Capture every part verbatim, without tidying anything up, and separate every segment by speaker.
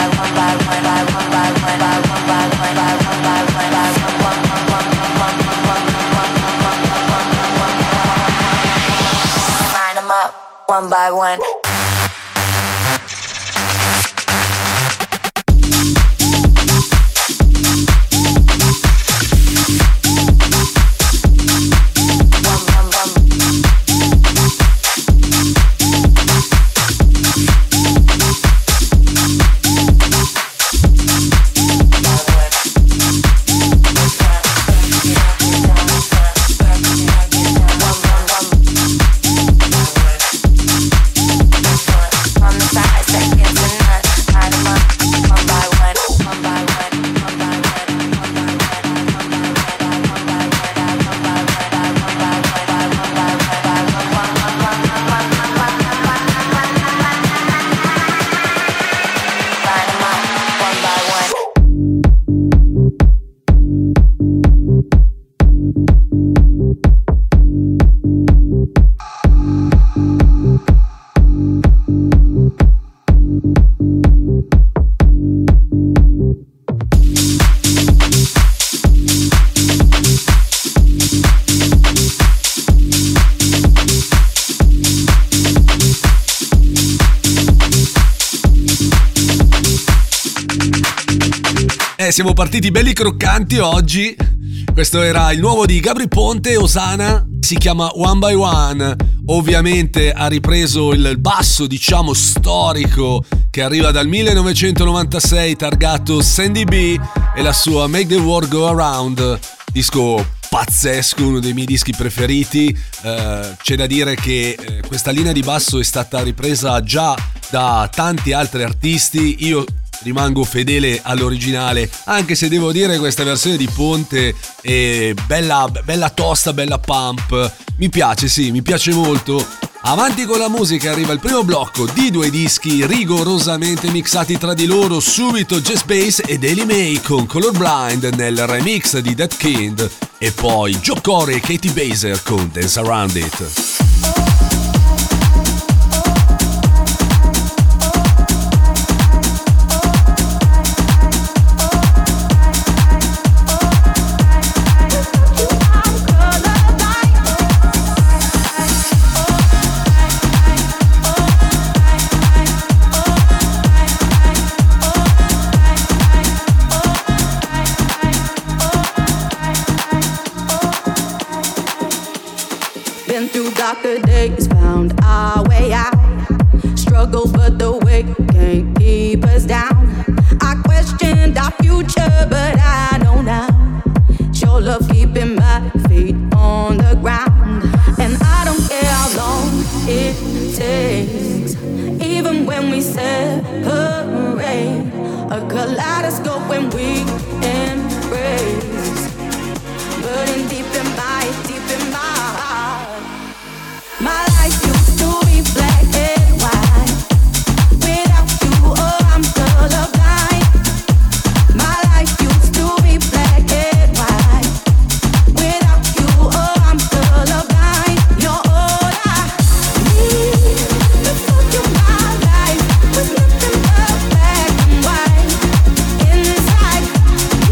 Speaker 1: One by one.
Speaker 2: Eh, siamo partiti belli croccanti oggi. Questo era il nuovo di Gabry Ponte, Osana, si chiama One by One. Ovviamente ha ripreso il basso, diciamo, storico che arriva dal millenovecentonovantasei, targato Sandy B, e la sua Make the World Go Around, disco pazzesco, uno dei miei dischi preferiti. Eh, c'è da dire che eh, questa linea di basso è stata ripresa già da tanti altri artisti. Io rimango fedele all'originale, anche se devo dire che questa versione di Ponte è bella, bella tosta, bella pump. Mi piace, sì, mi piace molto. Avanti con la musica, arriva il primo blocco di due dischi rigorosamente mixati tra di loro. Subito Jazz Bass e Daily May con Colorblind nel remix di Dead Kid, e poi Joe Corey e Katie Baser con Dance Around It.
Speaker 3: Darker days found our way out. Struggle, but the weight can't keep us down. I questioned our future, but I know now. Your love keeping my feet on the ground. And I don't care how long it takes. Even when we separate, a kaleidoscope when we embrace. Burning deep in my, deep in my heart. My life used to be black and white. Without you, oh, I'm colorblind. My life used to be black and white. Without you, oh, I'm colorblind. You're all I need. Before you, my life was nothing but black and white. Inside,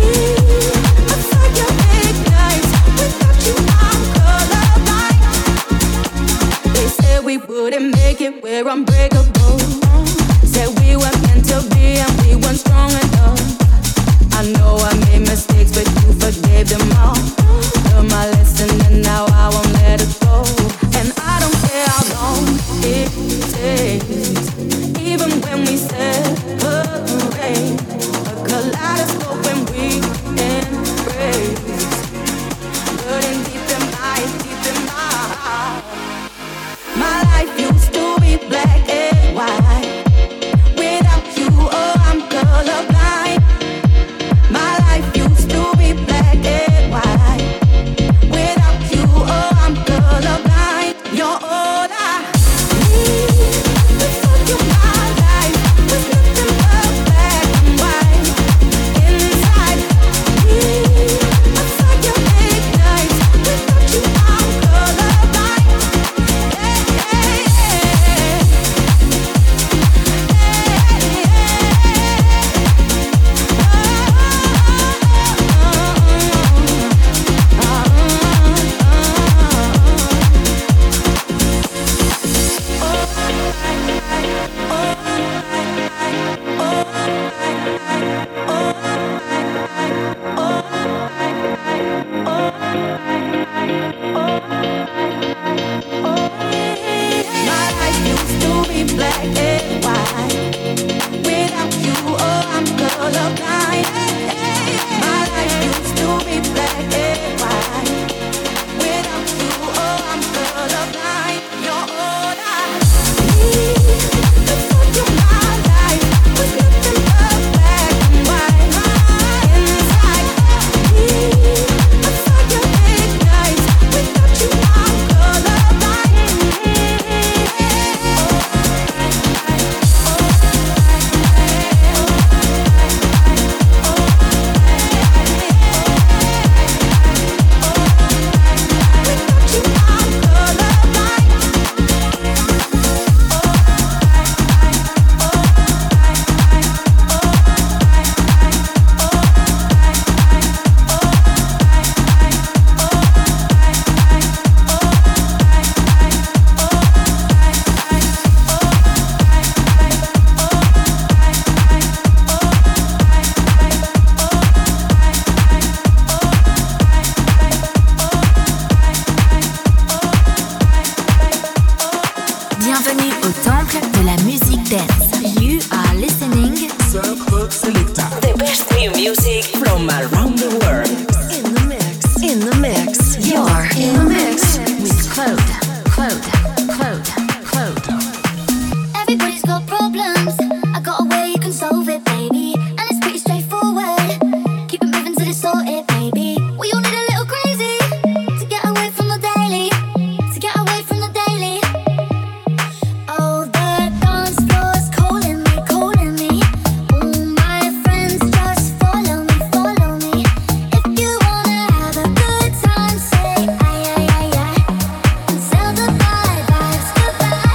Speaker 4: The best new music from around the world. In the mix, in the mix. You're in the mix with Claude, Claude, Claude, Claude.
Speaker 5: Everybody's got problems. I got a way you can solve it, baby. And it's pretty straightforward. Keep it moving till it's sorted, baby. We all need a little crazy to get away from the daily. To get away from the daily. Oh, the dance floor's calling me, calling me. All my friends just follow me, follow me. If you wanna have a good time, say aye, aye, aye, aye. And tell the bad vibes goodbye.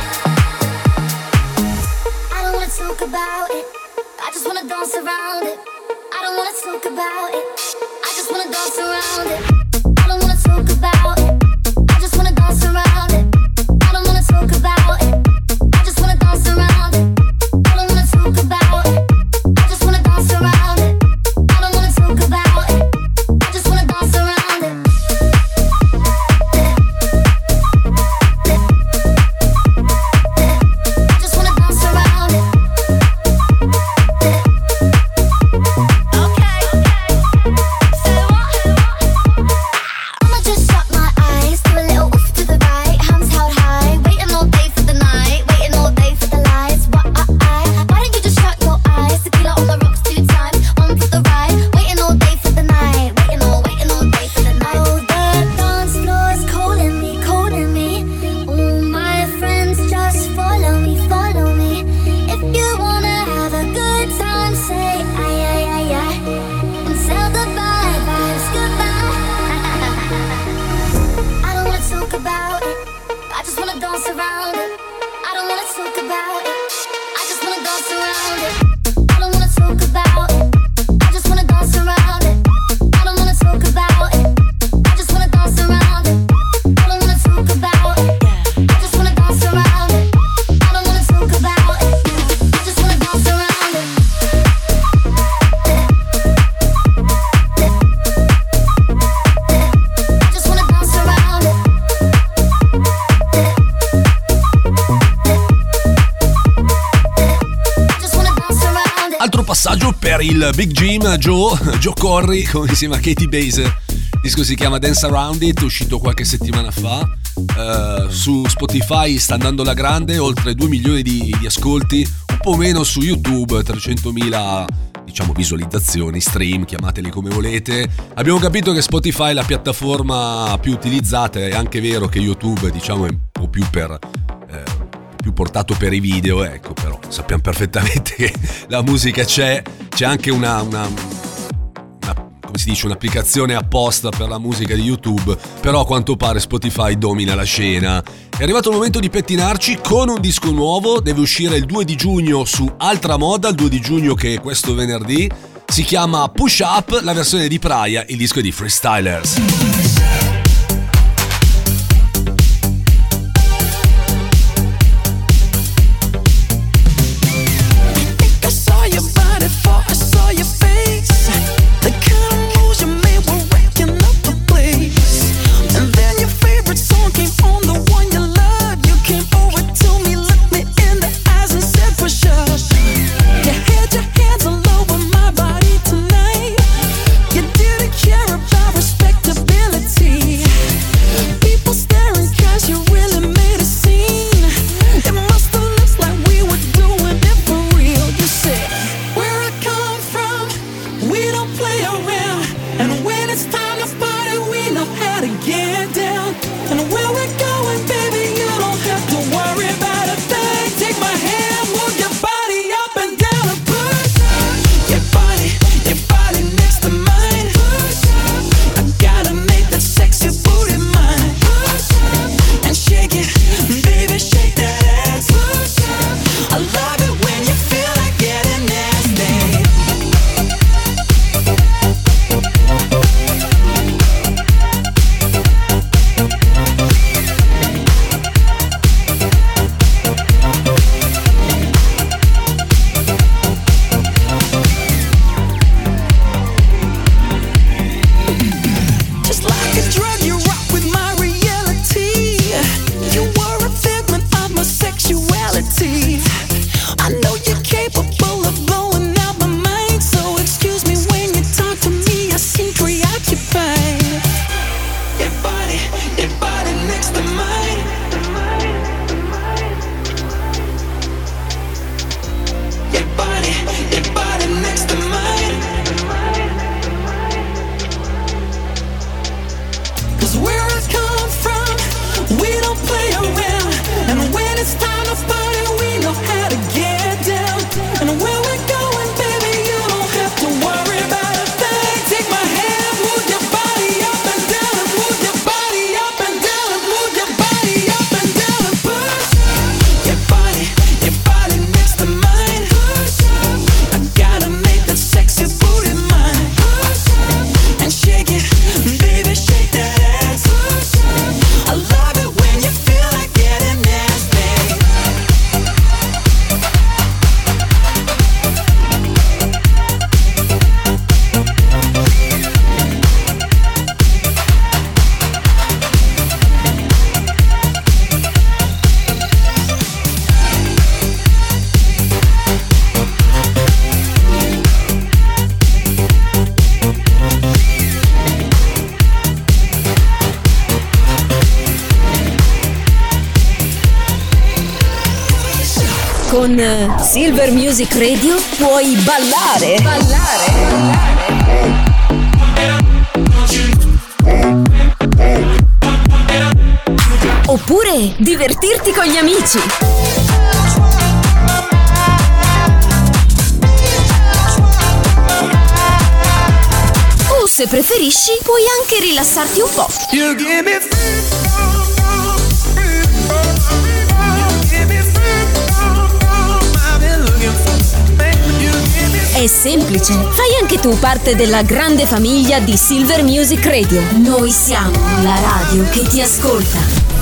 Speaker 5: I don't wanna talk about it. I just wanna dance around it. I don't wanna talk about it. I just wanna dance around it. I don't wanna talk about it. I just wanna dance around it. I don't wanna talk about it. I just wanna dance around it. I don't wanna talk about it. I just wanna dance around it. I don't wanna talk about it. I just wanna dance around it. I just wanna dance around it. Okay, say what? I'ma just shut my eyes, do a little oof to the right, hands held high, waiting all day for the night, waiting all day for the lights. Why? Why don't you just shut your eyes? Tequila on the rocks two times, one for the ride, waiting all day for the night, waiting all, waiting all day for the night. Oh, the dance floor's calling me, calling me. All my friends just follow me, follow me. If you wanna have a good time, say aye, aye, aye, aye. And tell the bad vibes goodbye. I don't wanna talk about it. I just wanna dance around it. I don't wanna talk about it. I just wanna dance around it. I don't wanna talk about it. I just wanna dance around it. I don't wanna talk about it. I just wanna dance around it. I don't wanna talk about it. I just wanna dance around it. I don't wanna talk about it. I just wanna dance around it. I just wanna dance around it. I just wanna dance around it.
Speaker 2: Altro passaggio per il Big Jim, Joe, Joe Corry, come insieme a Katie Baser. Il disco si chiama Dance Around It, è uscito qualche settimana fa. Uh, su Spotify sta andando alla grande, oltre due milioni di, di ascolti, un po' meno su YouTube, trecentomila diciamo visualizzazioni, stream, chiamateli come volete. Abbiamo capito che Spotify è la piattaforma più utilizzata, è anche vero che YouTube diciamo è un po' più per eh, più portato per i video, ecco, però sappiamo perfettamente che la musica c'è, c'è anche una, una, una come si dice, un'applicazione apposta per la musica di YouTube, però a quanto pare Spotify domina la scena. È arrivato il momento di pettinarci con un disco nuovo, deve uscire il due di giugno su Altra Moda, il due di giugno che è questo venerdì, si chiama Push Up, la versione di Praia, il disco è di Freestylers.
Speaker 4: Con Silver Music Radio puoi ballare. Ballare. Ballare. Oppure divertirti con gli amici. O se preferisci puoi anche rilassarti un po'. È semplice, fai anche tu parte della grande famiglia di Silver Music Radio. Noi siamo la radio che ti ascolta.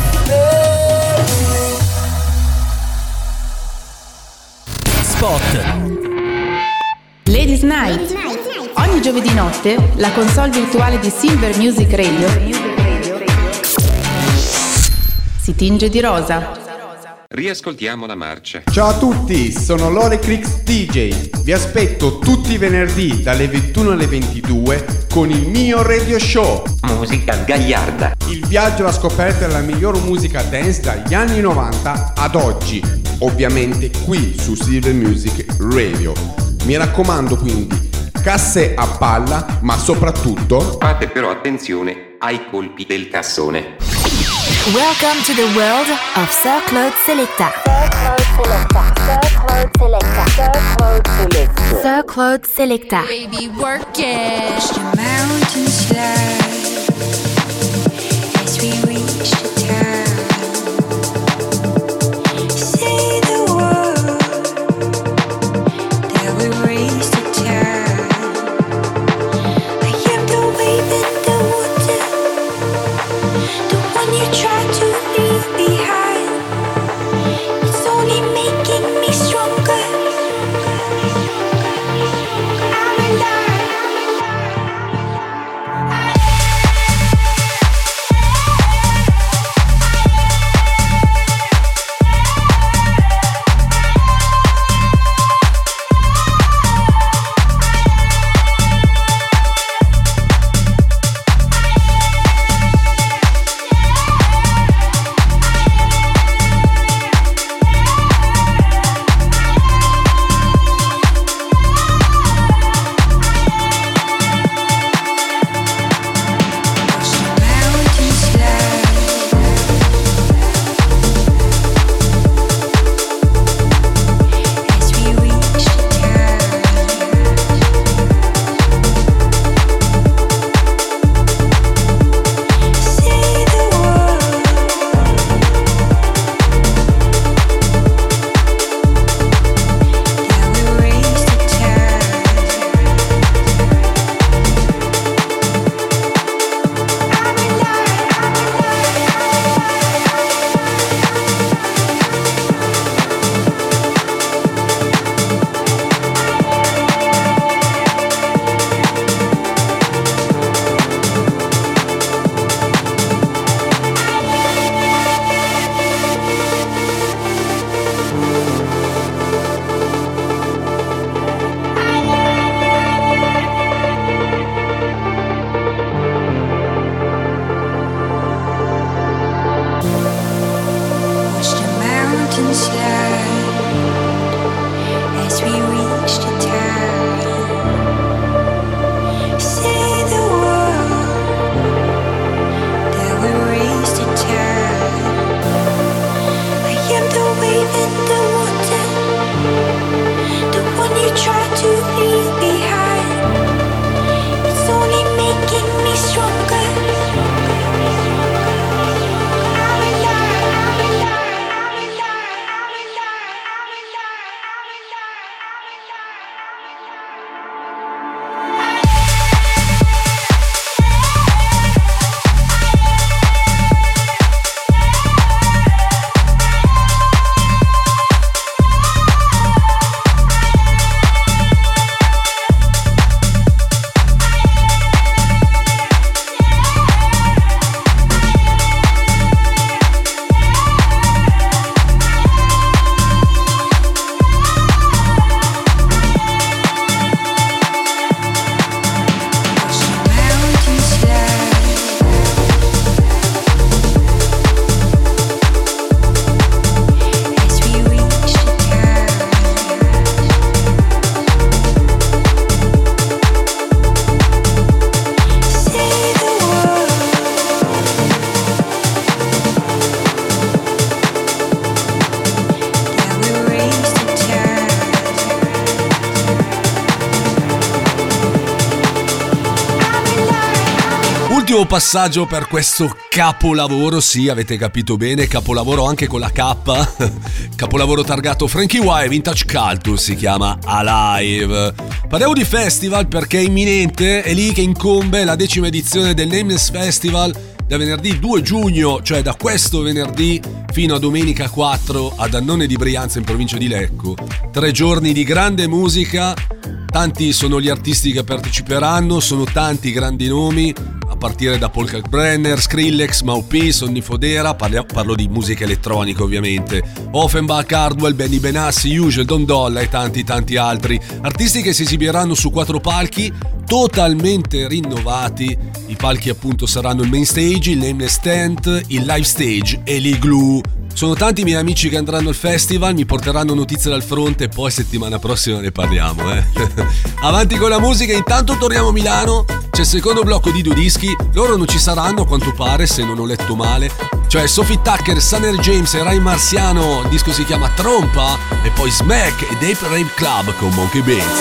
Speaker 6: Spot.
Speaker 7: Ladies Night. Ogni giovedì notte la console virtuale di Silver Music Radio si tinge di rosa.
Speaker 8: Riascoltiamo la marcia.
Speaker 9: Ciao a tutti, sono Lore Crix D J. Vi aspetto tutti i venerdì dalle ventuno alle ventidue con il mio radio show.
Speaker 8: Musica gagliarda.
Speaker 9: Il viaggio alla scoperta della miglior musica dance dagli anni novanta ad oggi. Ovviamente qui su Silver Music Radio. Mi raccomando quindi, casse a palla, ma soprattutto
Speaker 8: fate però attenzione ai colpi del cassone.
Speaker 10: Welcome to the world of Sir Claude Selecta. Sir Claude Selecta. Sir Claude Selecta. Sir Claude Selecta.
Speaker 11: Baby, work it. Push the mountain slide as we reach the town. Say the word that we raise the town. I am the wave in the water, the one you try to leave behind. It's only making me stronger. I'm alive.
Speaker 2: Ultimo passaggio per questo capolavoro, sì, avete capito bene, capolavoro anche con la K, capolavoro targato Frankie Wire, Vintage Culture, si chiama Alive. Parliamo di festival perché è imminente, è lì che incombe la decima edizione del Nameless Festival, da venerdì due giugno, cioè da questo venerdì fino a domenica quattro ad Annone di Brianza in provincia di Lecco. Tre giorni di grande musica, tanti sono gli artisti che parteciperanno, sono tanti grandi nomi, a partire da Paul Kalkbrenner, Skrillex, Maupi, Sonny Fodera, parlo, parlo di musica elettronica ovviamente, Offenbach, Hardwell, Benny Benassi, Usual, Don Dolla e tanti tanti altri. Artisti che si esibiranno su quattro palchi totalmente rinnovati. I palchi appunto saranno il main stage, il nameless tent, il live stage e l'igloo. Sono tanti i miei amici che andranno al festival, mi porteranno notizie dal fronte e poi settimana prossima ne parliamo, eh. Avanti con la musica, intanto torniamo a Milano, c'è il secondo blocco di due dischi, loro non ci saranno a quanto pare se non ho letto male, cioè Sophie Tucker, Sunner James e Ray Marciano, il disco si chiama Trompa, e poi Smack e Ape Rave Club con Monkey Beats.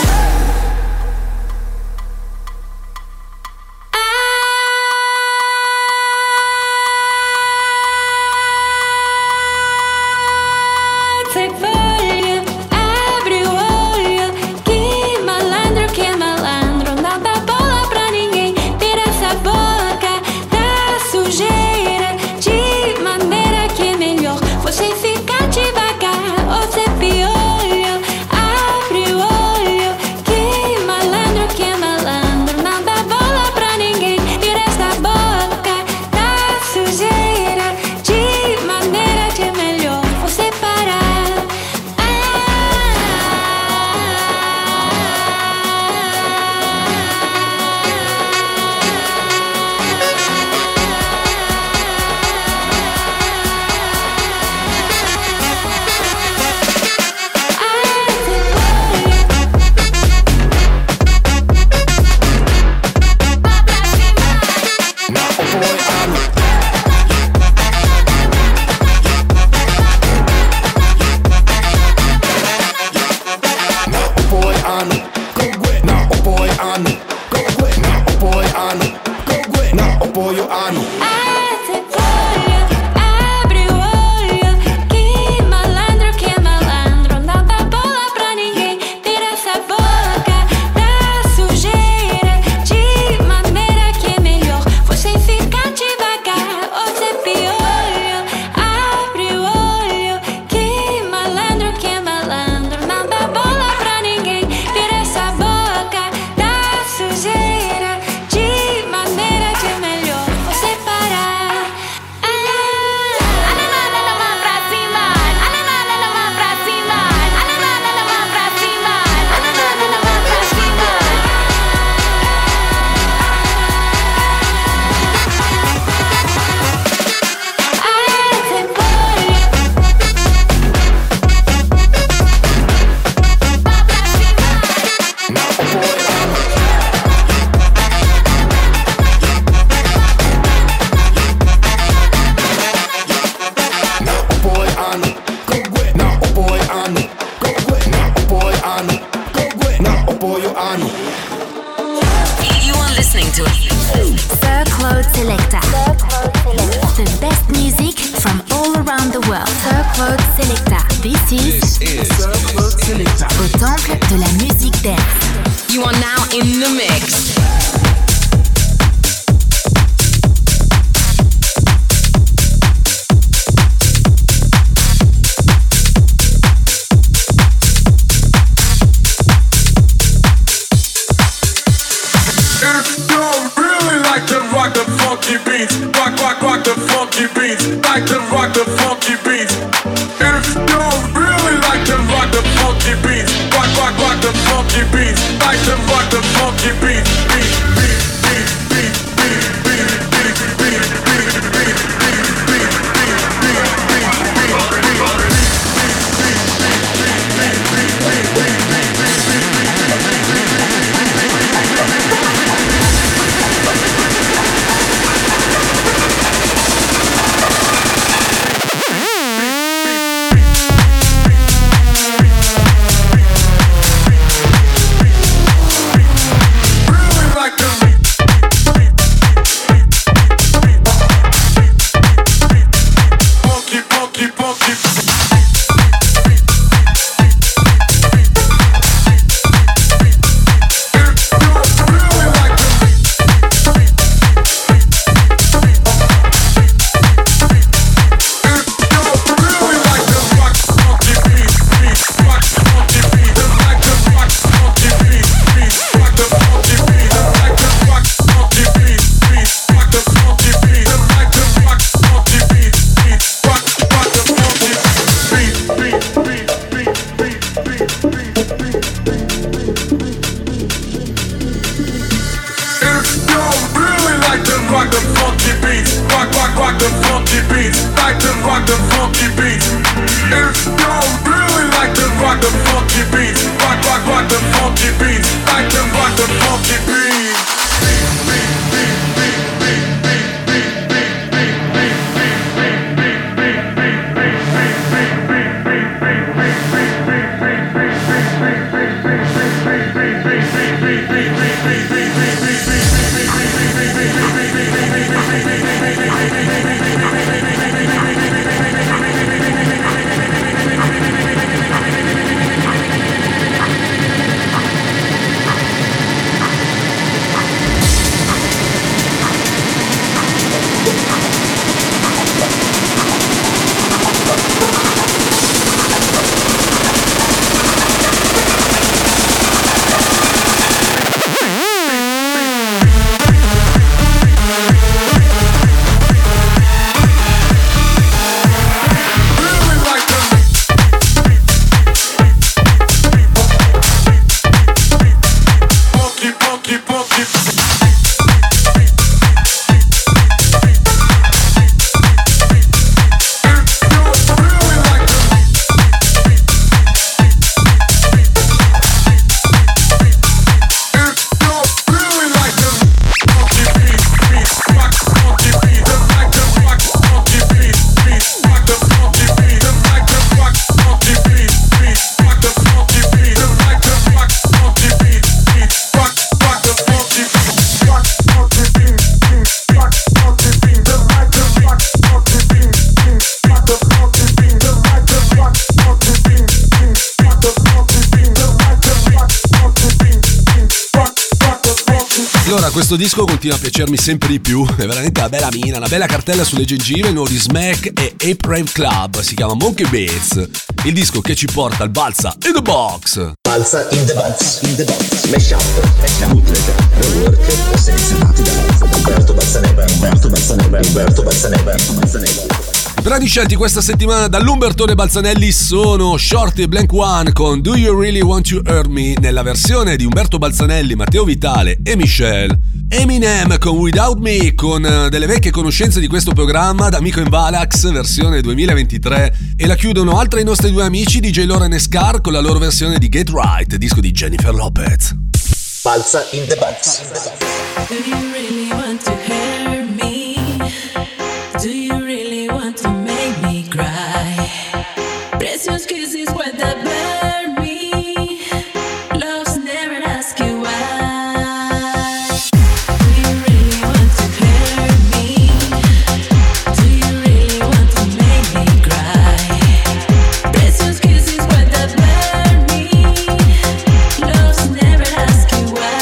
Speaker 2: Allora, questo disco continua a piacermi sempre di più, è veramente una bella mina, una bella cartella sulle gengive, il nuovo di Smack e Ape Rave Club, si chiama Monkey Beats, il disco che ci porta al Balsa in the Box.
Speaker 6: Balsa in the Box, in the Box, Mashup, Bootleg, Rework, selezionati da Umberto Balsaneva, Umberto Balsaneva, Umberto Balsaneva, Umberto Balsaneva.
Speaker 2: I brani scelti questa settimana dall'Umbertone Balzanelli sono Shorty e Blank One con Do You Really Want to Hurt Me nella versione di Umberto Balzanelli, Matteo Vitale e Michelle, Eminem con Without Me con delle vecchie conoscenze di questo programma da Amico in Valax versione duemilaventitré, e la chiudono altri nostri due amici D J Loren e Scar con la loro versione di Get Right, disco di Jennifer Lopez.
Speaker 6: Balsa in the Box.
Speaker 3: Do you really want to hurt me? Do you really want to make me cry? Precious kisses when they burn me. Love's never ask you why. Do you really want to hurt me? Do you really want to make me cry? Precious kisses when they burn me. Love's never ask you why.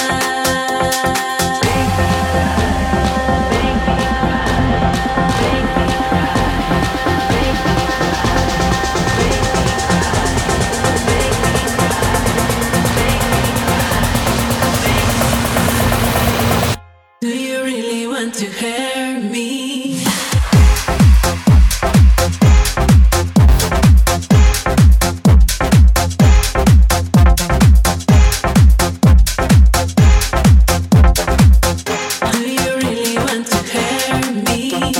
Speaker 3: Do you really want to hurt me? Do you really want to hurt me?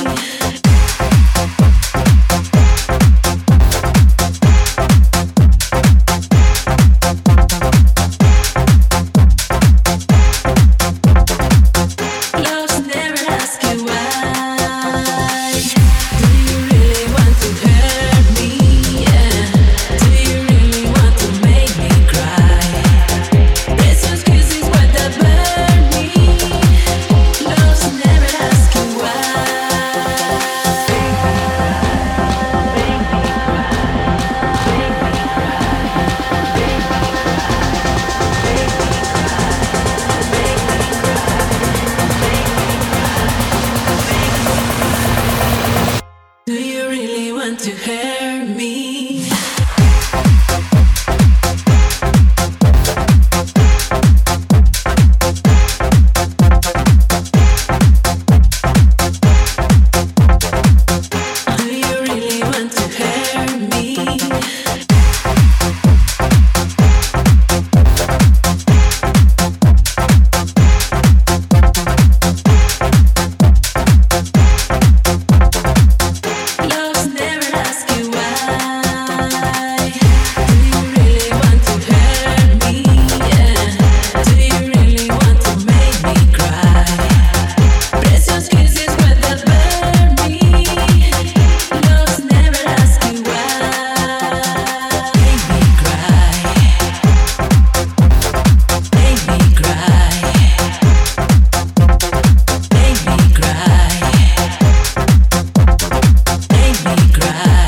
Speaker 3: Love's never ask you why. Do you really want to hurt me? Yeah. Do you really want to make me cry? Precious kisses when they burn me. Love's never ask you why. Do you really want to hurt me? Do you really want to hurt me? Love's never ask you why. Do you really want to hurt me? Yeah. Do you really want to make me cry? Precious kisses when they burn me. Love's never ask you why. Make me cry. Make me cry. Make me cry. Make me cry.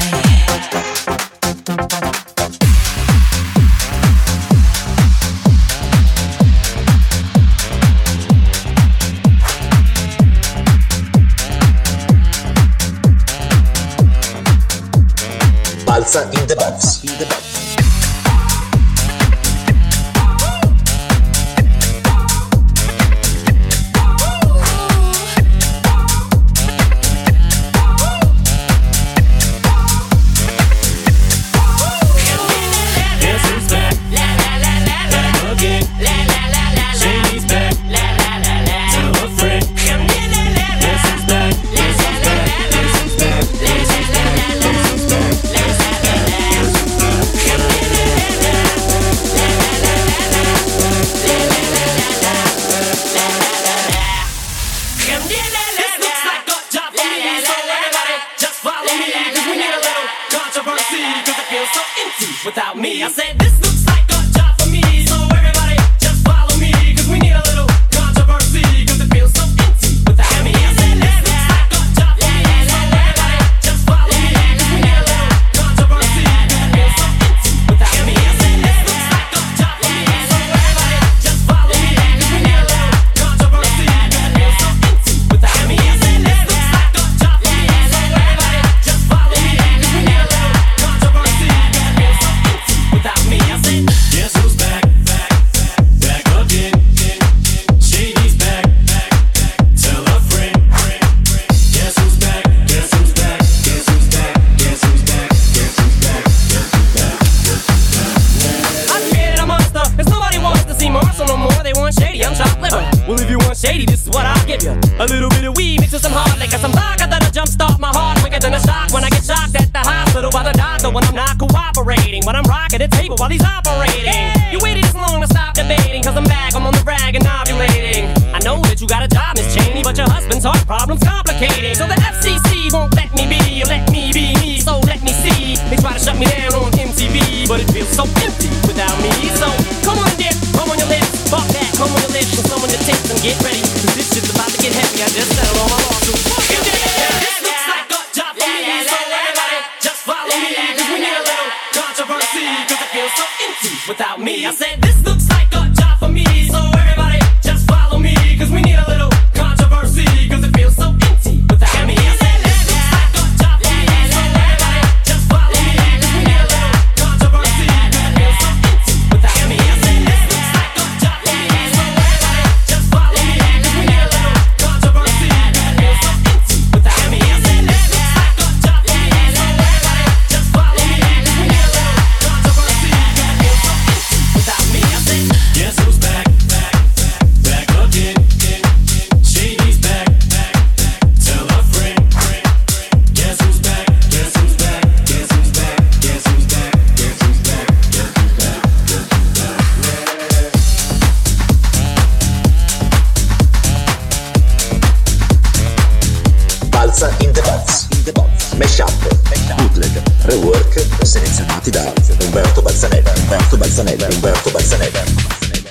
Speaker 6: Balsa in the Box, in the Box.
Speaker 12: Come you want shady, this is what I'll give you. A little bit of weed mixed with some hard liquor, some vodka that'll jumpstart my heart quicker than a shock when I get shocked at the hospital by the doctor when I'm not cooperating. When I'm rocking the table while he's operating. Yeah. You waited this long to stop debating, cause I'm back, I'm on the rag and ovulating. I know that you got a job, Miss Cheney, but your husband's heart problem's complicated. So the F C C won't let me be, let me be me, so let me see. They try to shut me down on M T V, but it feels so empty without me. So come on, dip, come on your lips, fuck that, come on your lips, and some on your tips, and get ready, cause this shit's about to get heavy. I just settled all my lawsuit. Fuck it, yeah. This looks like a job for me, so everybody just follow me, cause we need a little controversy, cause it feels so empty without me. I said this looks like a job for me, so everybody just follow me, cause we need a little controversy, cause it feels so empty without me. I said this looks like a job for me, so everybody just follow me, cause we need a little controversy, cause it feels so empty without me. I said this looks like a job for me, so everybody just follow me, cause we need a little controversy, cause it feels so empty without me. I said this looks like a job for me, so everybody just follow me, cause we need a little controversy, cause it feels so empty without me. I said, guess who's back, back, back again? Shady's back, back, tell a friend. Guess who's back, guess who's back, guess who's back, guess who's back, guess who's back, guess who's back, guess who's back.
Speaker 6: Balsa in the box, in the box. Mashup, bootleg, rework, selezionati da Umberto Balzaneva, Umberto Balzaneva, Umberto Balzaneva.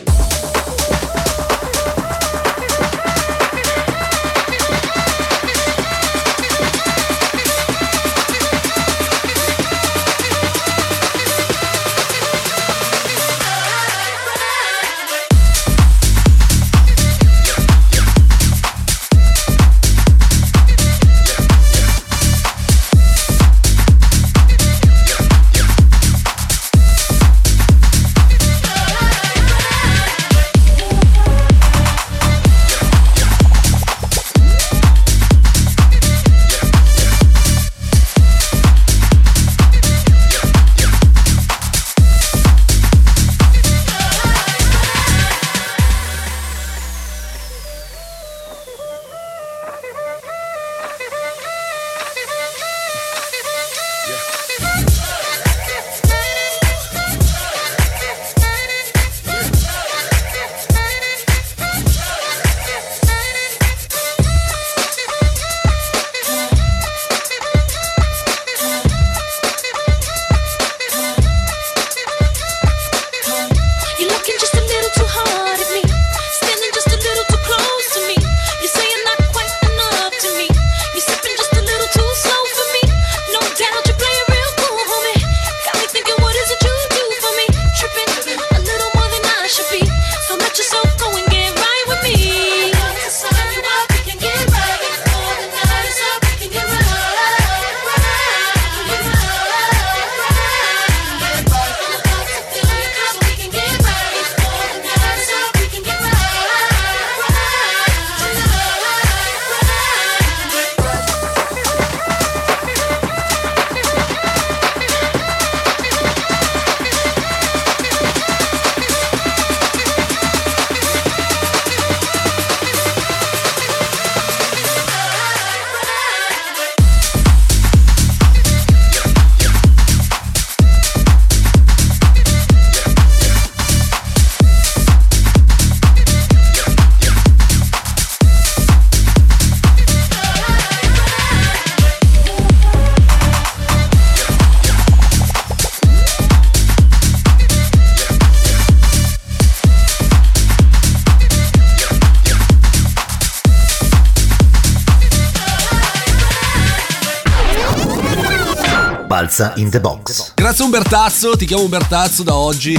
Speaker 6: Balsa in the box.
Speaker 2: Grazie Umbertazzo, ti chiamo Umbertazzo da oggi.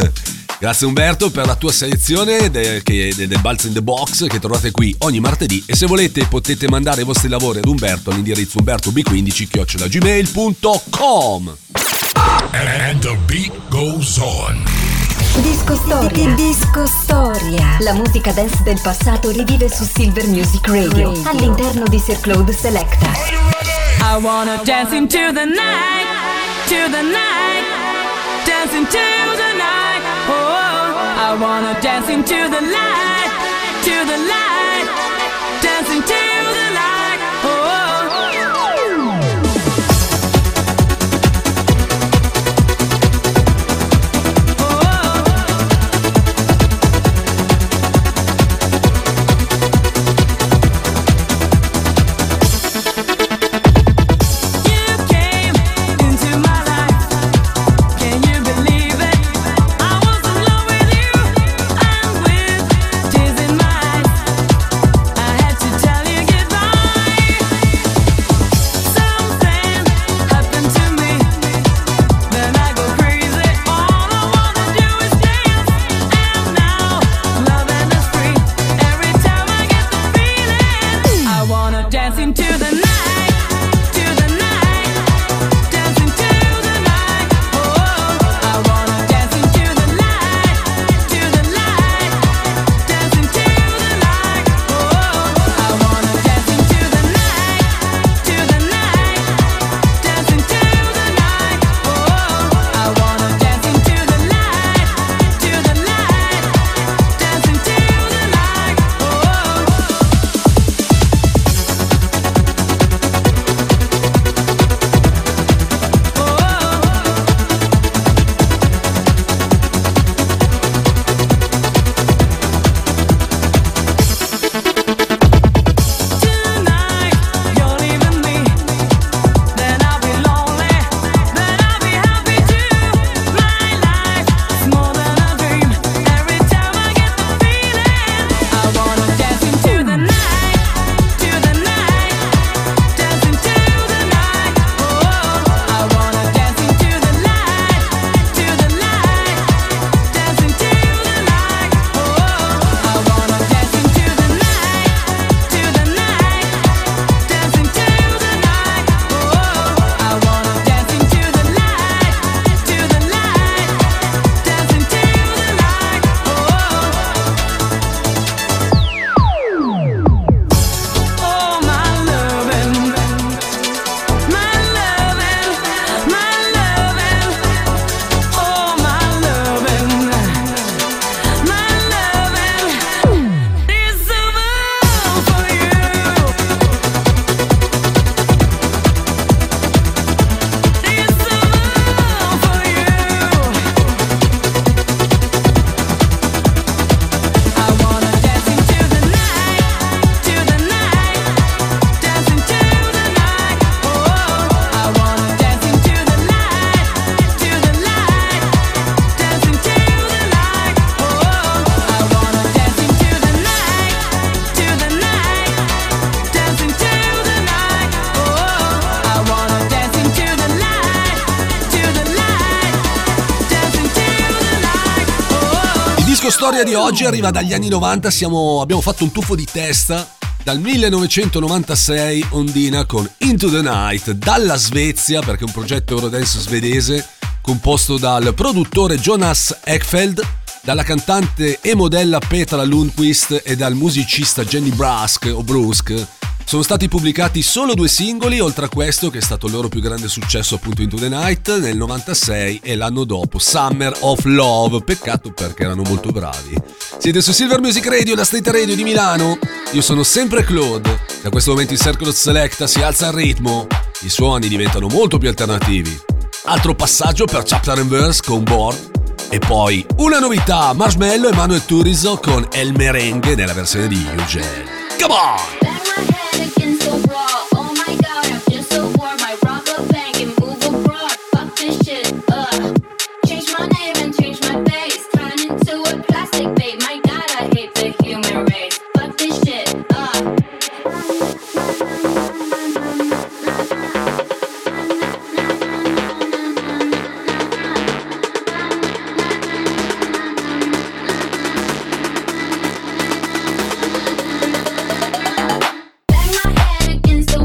Speaker 2: Grazie Umberto per la tua selezione del, che, del Balsa in the Box che trovate qui ogni martedì, e se volete potete mandare i vostri lavori ad Umberto all'indirizzo umberto b quindici chiocciola gmail punto com.
Speaker 13: And the beat goes on.
Speaker 4: Disco Storia. Disco Storia. La musica dance del passato rivive su Silver Music Radio, Radio. all'interno di Sir Claude Selecta.
Speaker 3: I wanna dance into the night, to the night, dance into the night. Oh, I wanna dance into the light, to the light, dancing to the light. Oh.
Speaker 2: Storia di oggi arriva dagli anni novanta, siamo, abbiamo fatto un tuffo di testa dal millenovecentonovantasei, Ondina con Into the Night, dalla Svezia, perché è un progetto eurodance svedese composto dal produttore Jonas Ekfeld, dalla cantante e modella Petra Lundqvist e dal musicista Jenny Brusk o Brusk. Sono stati pubblicati solo due singoli, oltre a questo che è stato il loro più grande successo, appunto Into the Night nel novantasei, e l'anno dopo Summer of Love, peccato perché erano molto bravi. Siete su Silver Music Radio, la Street Radio di Milano, io sono sempre Claude, da questo momento il Circle Selecta si alza il ritmo, i suoni diventano molto più alternativi. Altro passaggio per Chapter and Verse con Board, e poi una novità, Marshmello e Manuel Turizo con El Merengue nella versione di Eugene. Come on!
Speaker 5: Against the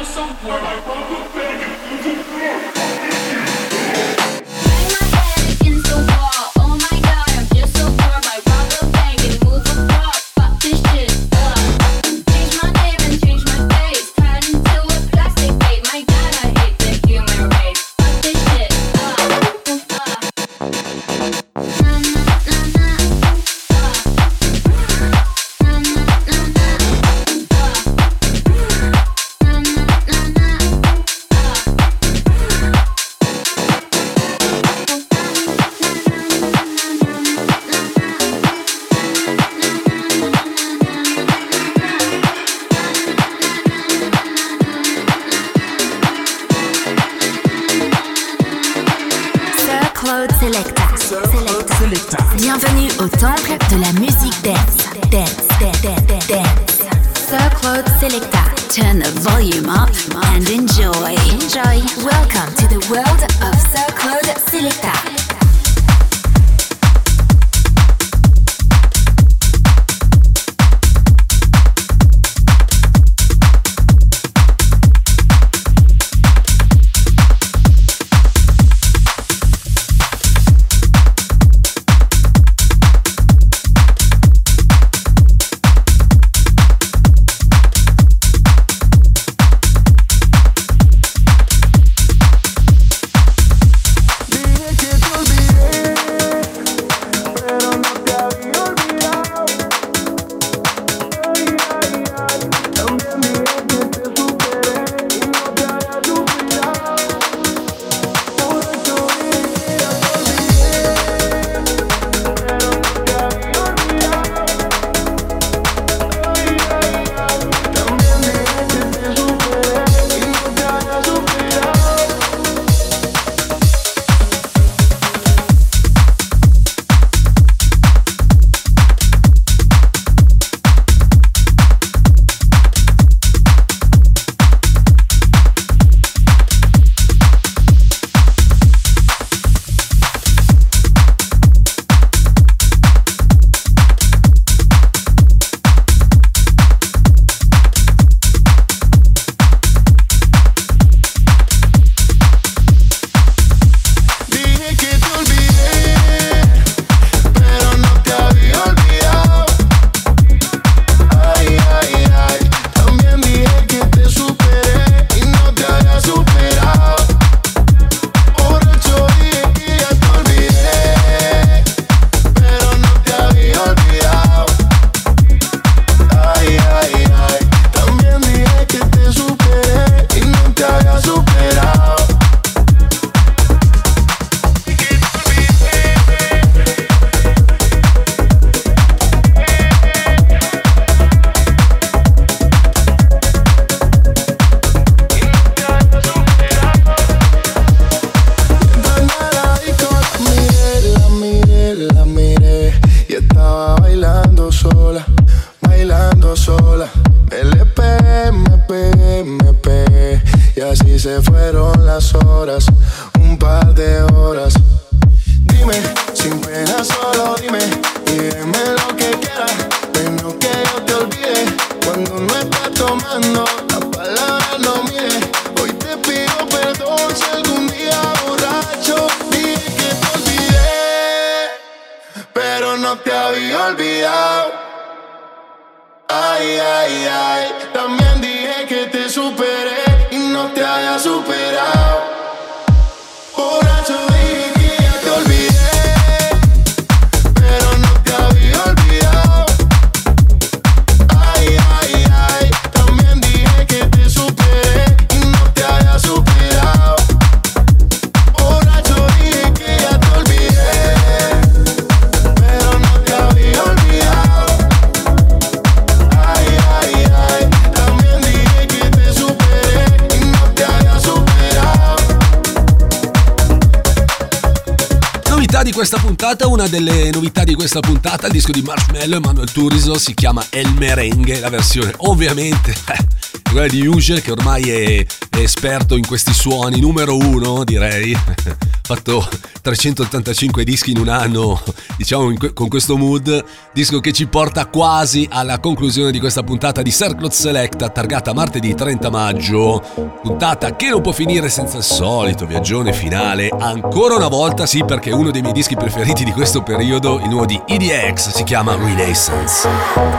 Speaker 10: Bienvenue au temple de la musique dance. Dance, dance, dance, dance. Sir Claude Selecta. Turn the volume up and enjoy. Enjoy. Welcome to the world of Sir Claude Selecta.
Speaker 2: Di questa puntata, una delle novità di questa puntata, il disco di Marshmello e Manuel Turizo si chiama El Merengue, la versione ovviamente eh, quella di Usual, che ormai è, è esperto in questi suoni, numero uno direi, fatto trecentottantacinque dischi in un anno, diciamo in que- con questo mood, disco che ci porta quasi alla conclusione di questa puntata di Circle Selecta, targata martedì trenta maggio, puntata che non può finire senza il solito viaggione finale, ancora una volta sì, perché uno dei miei dischi preferiti di questo periodo, il nuovo di E D X, si chiama Renaissance.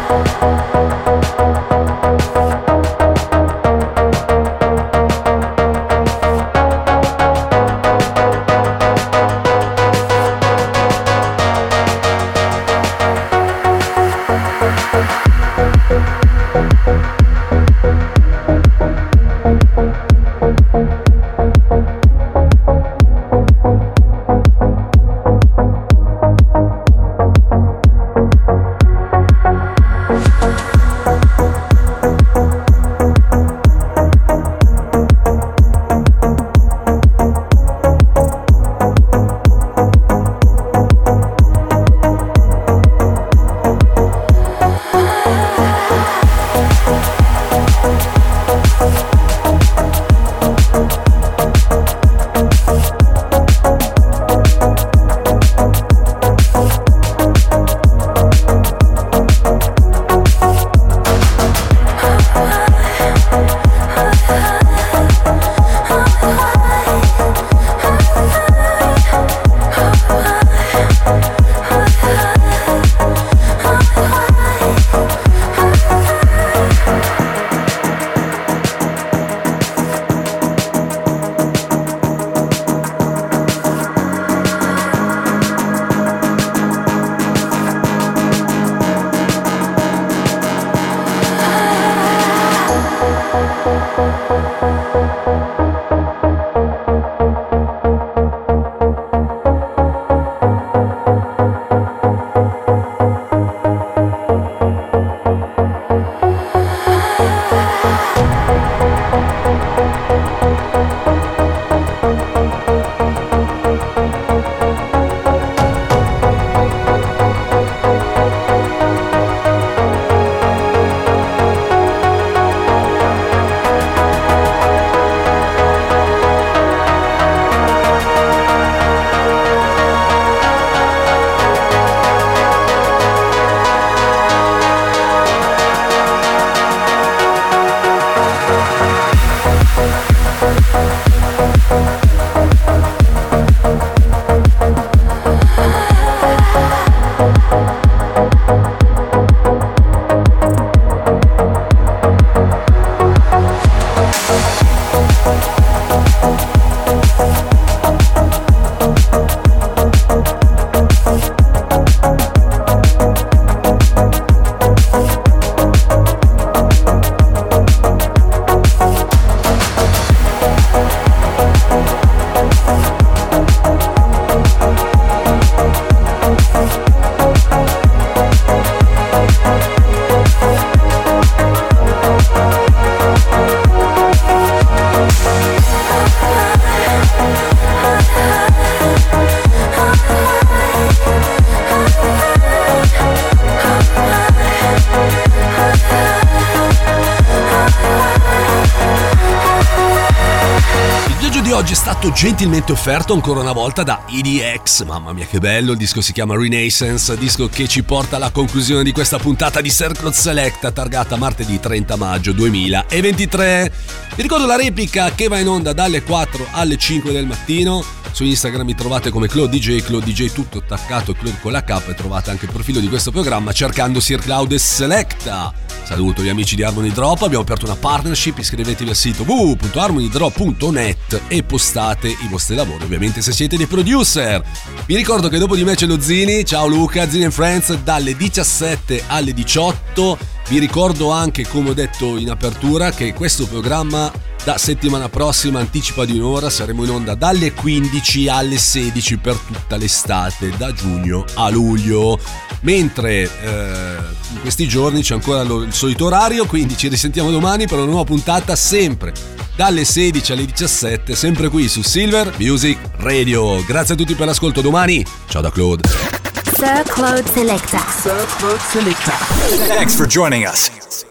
Speaker 2: Oggi è stato gentilmente offerto ancora una volta da E D X, mamma mia che bello, il disco si chiama Renaissance, disco che ci porta alla conclusione di questa puntata di Circle Selecta, targata martedì trenta maggio duemilaventitré. Vi ricordo la replica che va in onda dalle quattro alle cinque del mattino. Su Instagram mi trovate come Claude D J, Claude D J tutto attaccato, Claude con la K, e trovate anche il profilo di questo programma cercando Sir Claude Selecta. Saluto gli amici di Harmony Drop, abbiamo aperto una partnership, iscrivetevi al sito w w w punto harmony drop punto net e postate i vostri lavori, ovviamente se siete dei producer. Vi ricordo che dopo di me c'è lo Zini, ciao Luca, Zini and Friends dalle diciassette alle diciotto. Vi ricordo anche, come ho detto in apertura, che questo programma da settimana prossima anticipa di un'ora, saremo in onda dalle quindici alle sedici per tutta l'estate, da giugno a luglio, mentre eh, in questi giorni c'è ancora lo, il solito orario, quindi ci risentiamo domani per una nuova puntata, sempre dalle sedici alle diciassette, sempre qui su Silver Music Radio. Grazie a tutti per l'ascolto, domani, ciao da Claude.
Speaker 10: Sir Claude Selecta.
Speaker 14: Sir Claude Selecta. Thanks for joining us.